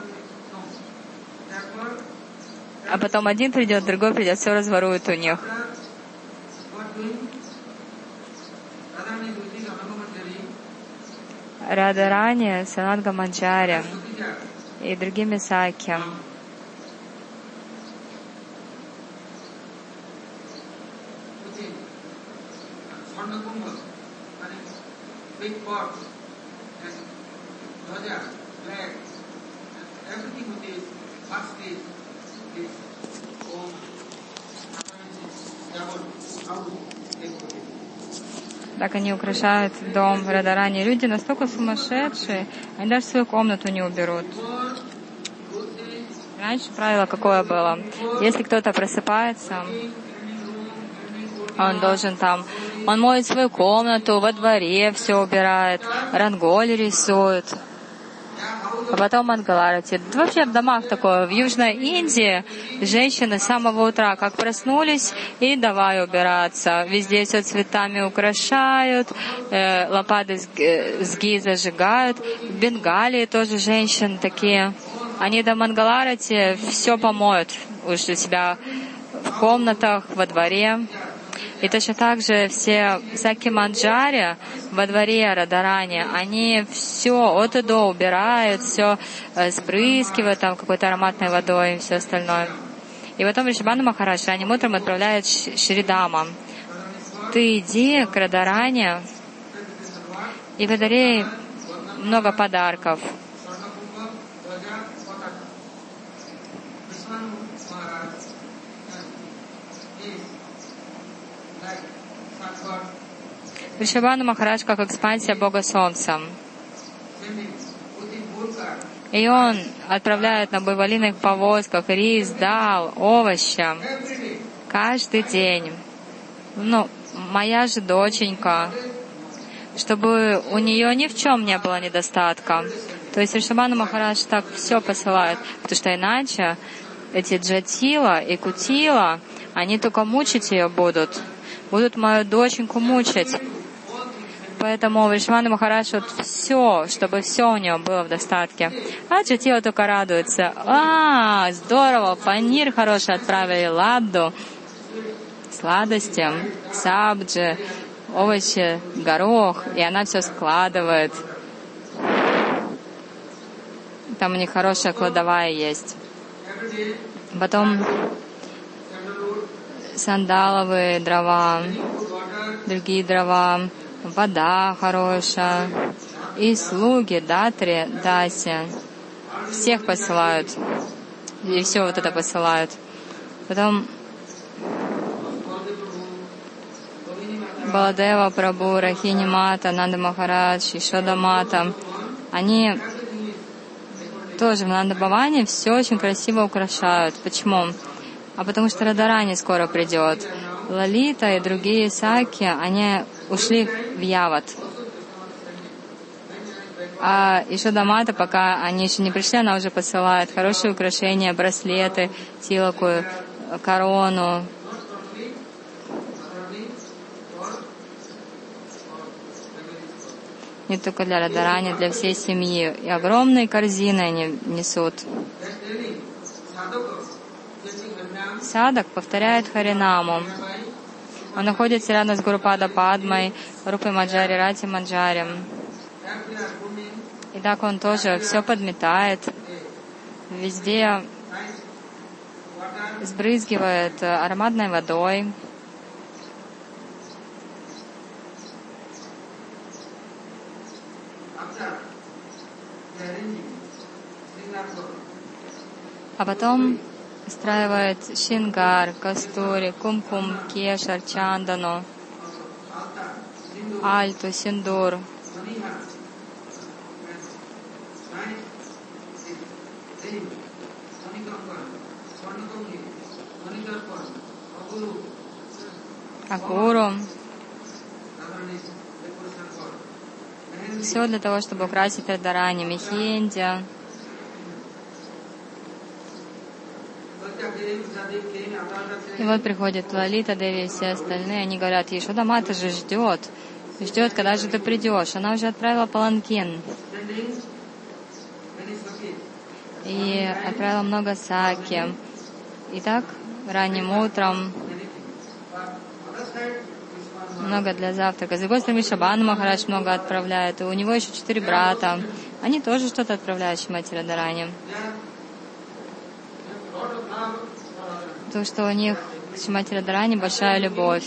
А потом один придет, другой придет, все разворует у них. Радарани, Санат Гаманджари и другими саки. Так они украшают дом Радарани. Люди настолько сумасшедшие, они даже свою комнату не уберут. Раньше правило какое было? Если кто-то просыпается, он должен там, он моет свою комнату, во дворе все убирает, ранголи рисует, а потом Мангаларати. Вообще в домах такое. В Южной Индии женщины с самого утра как проснулись и давай убираться. Везде все цветами украшают, э, лопаты с, э, с ги зажигают. В Бенгалии тоже женщины такие. Они до Мангаларати все помоют уж у себя в комнатах, во дворе. И точно так же все саки манджари во дворе Радарани, они все от и до убирают, все спрыскивают там какой-то ароматной водой и все остальное. И потом Ришабхану Махарадж ранним утром отправляет Шридама: ты иди к Радарани и подари ей много подарков. Ришабхану Махарадж как экспансия Бога Солнца. И он отправляет на буйволиных повозках рис, дал, овощи каждый день. Ну, моя же доченька, чтобы у нее ни в чем не было недостатка. То есть Ришабхану Махарадж так все посылает, потому что иначе эти Джатила и Кутила, они только мучить ее будут, будут мою доченьку мучить. Поэтому Вришабхана Махарадж вот все, чтобы все у него было в достатке. А Джатила только радуется. А, здорово, панир хороший отправили, ладду, сладости, сабджи, овощи, горох, и она все складывает. Там у них хорошая кладовая есть. Потом сандаловые дрова, другие дрова, вода хорошая. И слуги, датри, даси, всех посылают. И все вот это посылают. Потом Баладева Прабху, Рахини Мата, Нанда Махарадж, Ишода Мата, они тоже в Нанда Бхаване все очень красиво украшают. Почему? А потому что Радарани скоро придет. Лалита и другие саки, они ушли в Яват. А Ишода Мата, пока они еще не пришли, она уже посылает хорошие украшения, браслеты, тилаку, корону. Не только для Радарани, для всей семьи. И огромные корзины они несут. Садак повторяет Харинаму. Он находится рядом с Гурупада Падмой, Рупой Маджари, Рати Маджари. И так он тоже все подметает, везде сбрызгивает ароматной водой. А потом устраивает шингар, кастури, кумкум, кешар, чандану, альту, синдур. Агуру. Все для того, чтобы украсить Радарани, Мехенди. И вот приходит Лалита, Деви и все остальные, они говорят, Ешода Мата же ждет, ждет, когда же ты придешь. Она уже отправила паланкин. И отправила много саки. И так, ранним утром, много для завтрака. С другой стороны, Вришабхана Махарадж много отправляет. И у него еще четыре брата. Они тоже что-то отправляют Шримати Радарани. Потому что у них к Шримати Радарани большая любовь.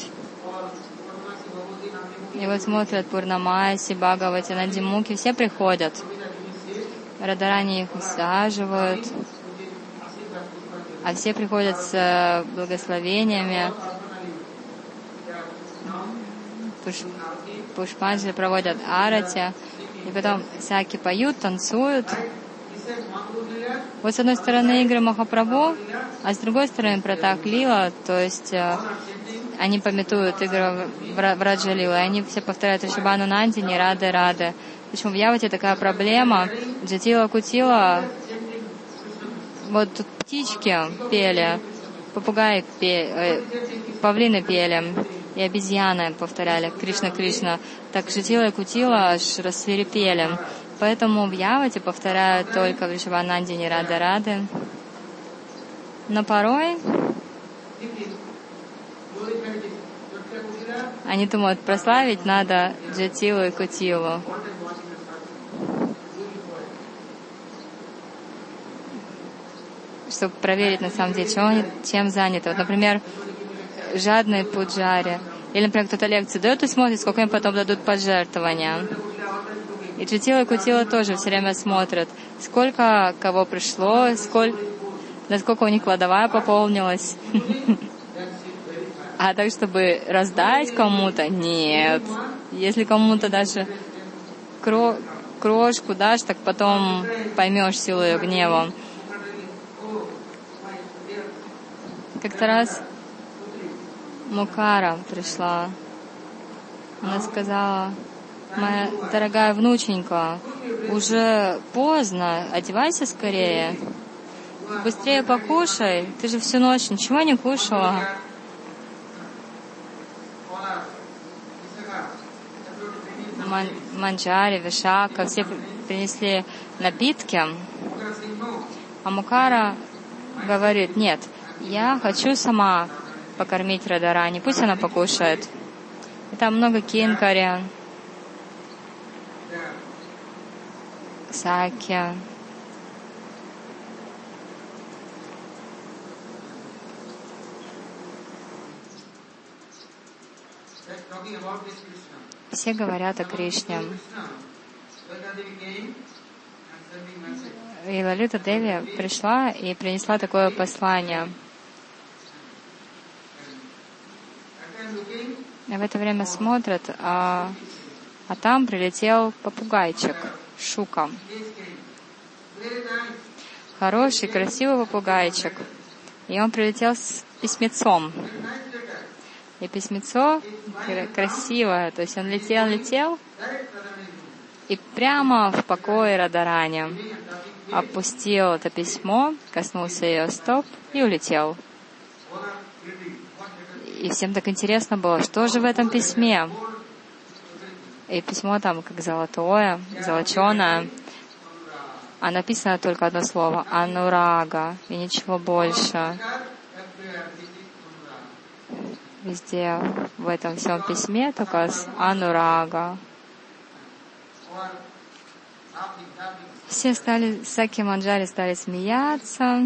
И вот смотрят Пурнамаси, Бхагавати, Надимуки, все приходят. Радарани их усаживают. А все приходят с благословениями. Пуш, Пушпанджали проводят арати. И потом саки поют, танцуют. Вот с одной стороны игры Махапрабху, а с другой стороны Пратак Лила, то есть э, они памятуют игры в Раджа Лила, и они все повторяют Ришабхану Нандини, Рады, Рады. Почему в Явате такая проблема? Джатила Кутила, вот тут птички пели, попугаи пели, э, павлины пели, и обезьяны повторяли Кришна, Кришна. Так Джатила и Кутила аж рассвирепели. Поэтому в Явате повторяют только Вришабханандини, Рады, Рады. Но порой они думают, прославить надо Джатилу и Кутилу. Чтобы проверить на самом деле, чем они, чем заняты. Вот, например, жадные пуджари. Или, например, кто-то лекции дает и смотрит, сколько им потом дадут пожертвования. И Джатила и Кутила тоже все время смотрят, сколько кого пришло, сколько, насколько у них кладовая пополнилась. А так, чтобы раздать кому-то, нет. Если кому-то даже кро- крошку дашь, так потом поймешь силу ее гнева. Как-то раз Мукара пришла. Она сказала: моя дорогая внученька, уже поздно, одевайся скорее. Быстрее покушай, ты же всю ночь ничего не кушала. Манджари, Вишака, все принесли напитки, а Мукара говорит: нет, я хочу сама покормить Радарани, пусть она покушает. И там много кинкари, саки. Все говорят о Кришне. И Лалита Деви пришла и принесла такое послание. И в это время смотрят, а, а там прилетел попугайчик, Шука. Хороший, красивый попугайчик. И он прилетел с письмецом. И письмецо красивое, то есть он летел, летел, и прямо в покое Радарани опустил это письмо, коснулся ее стоп и улетел. И всем так интересно было, что же в этом письме. И письмо там как золотое, золоченое, а написано только одно слово — анурага, и ничего больше. Везде в этом всем письме только с анурага. Все стали, Саки Манджари стали смеяться.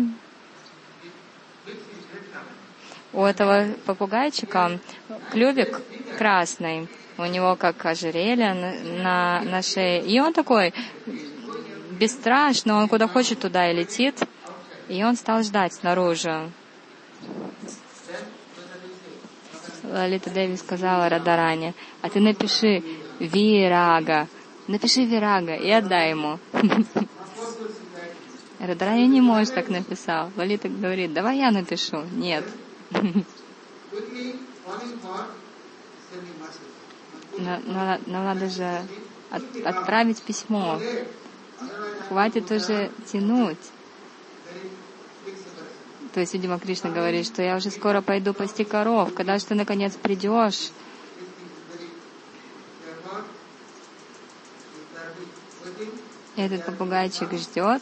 У этого попугайчика клювик красный, у него как ожерелье на, на, на шее. И он такой бесстрашный, он куда хочет, туда и летит. И он стал ждать снаружи. Лалита Деви сказала Радарани: а ты напиши Вирага, напиши Вирага и отдай ему. Радарани не может, так написал. Лалита говорит: давай я напишу. Нет. Но, но, но надо же от, отправить письмо. Хватит уже тянуть. То есть, видимо, Кришна говорит, что я уже скоро пойду пасти коров. Когда же ты наконец придешь? И этот попугайчик ждет.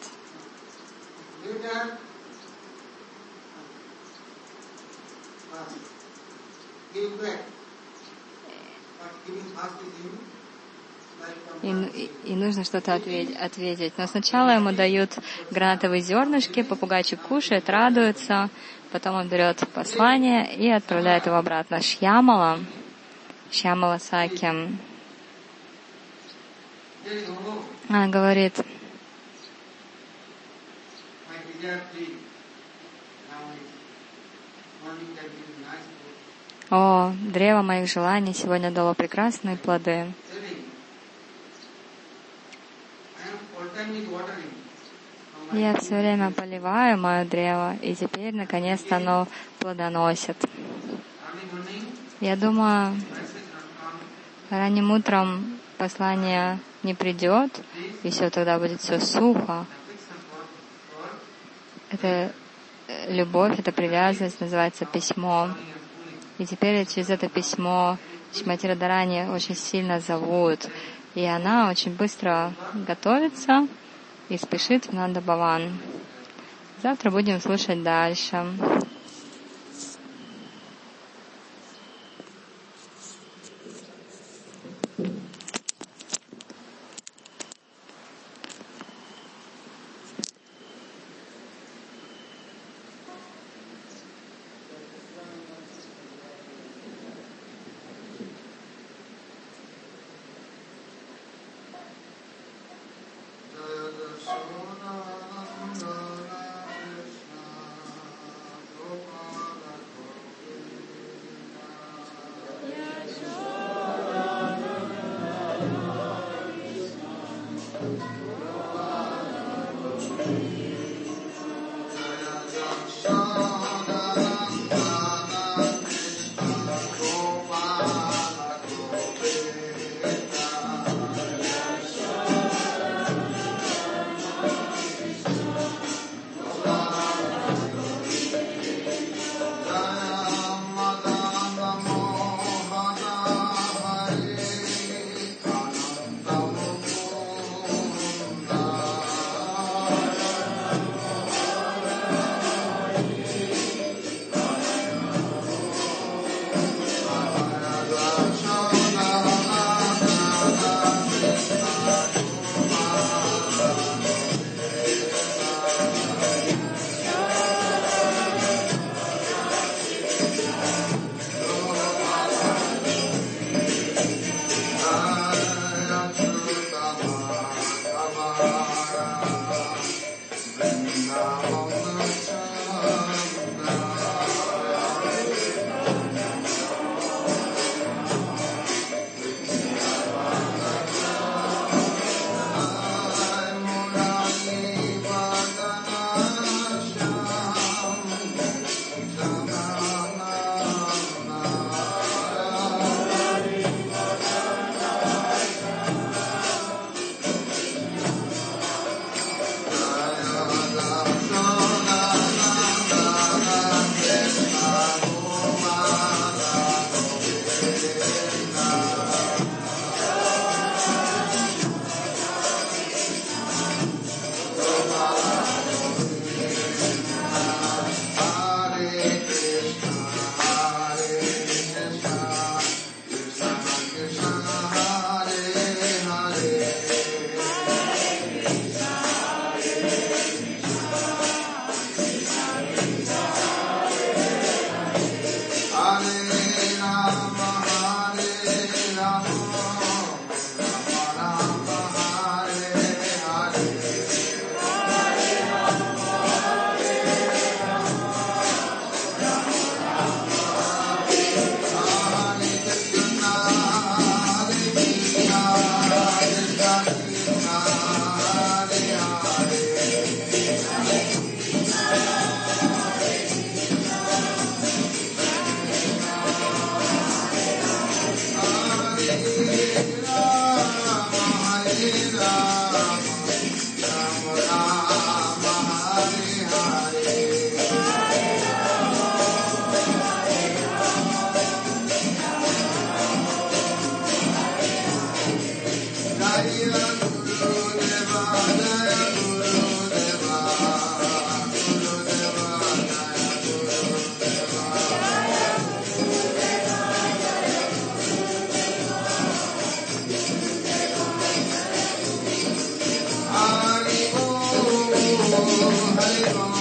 И, и, и нужно что-то ответить, ответить. Но сначала ему дают гранатовые зернышки, попугайчик кушает, радуется, потом он берет послание и отправляет его обратно. Шьямала, Шьямала Саки. Она говорит: о, древо моих желаний сегодня дало прекрасные плоды. Я все время поливаю мое древо, и теперь, наконец-то, оно плодоносит. Я думаю, ранним утром послание не придет, и все, тогда будет все сухо. Это любовь, это привязанность, называется письмо. И теперь через это письмо Шримати Радарани очень сильно зовут. И она очень быстро готовится и спешит в Нанда Бхаван. Завтра будем слушать дальше.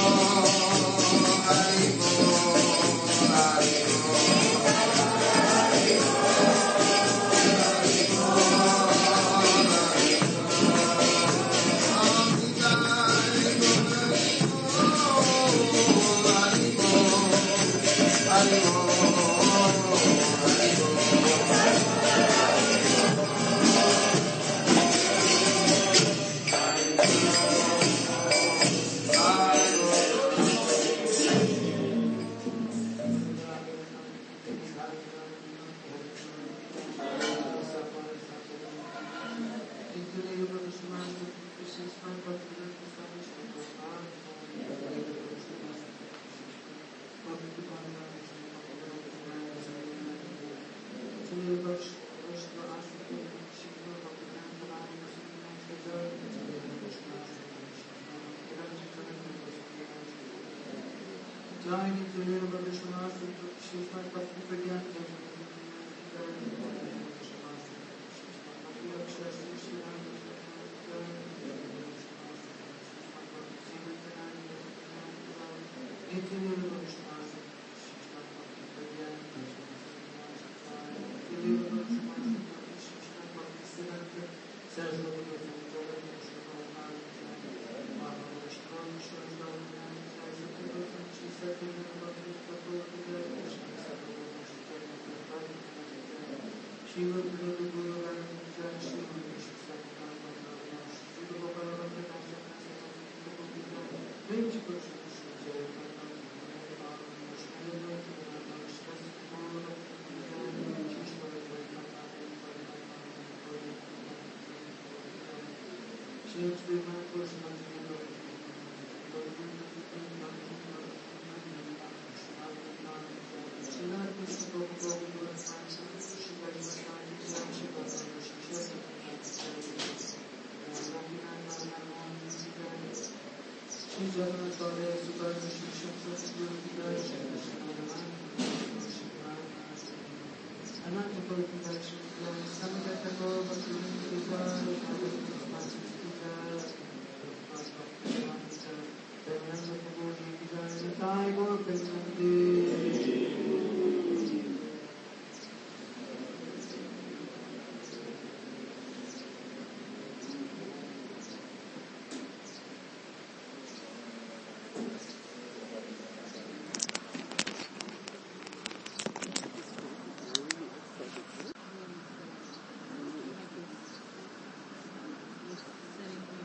Ananta Purification, Samadata Gora Bhakti Vinita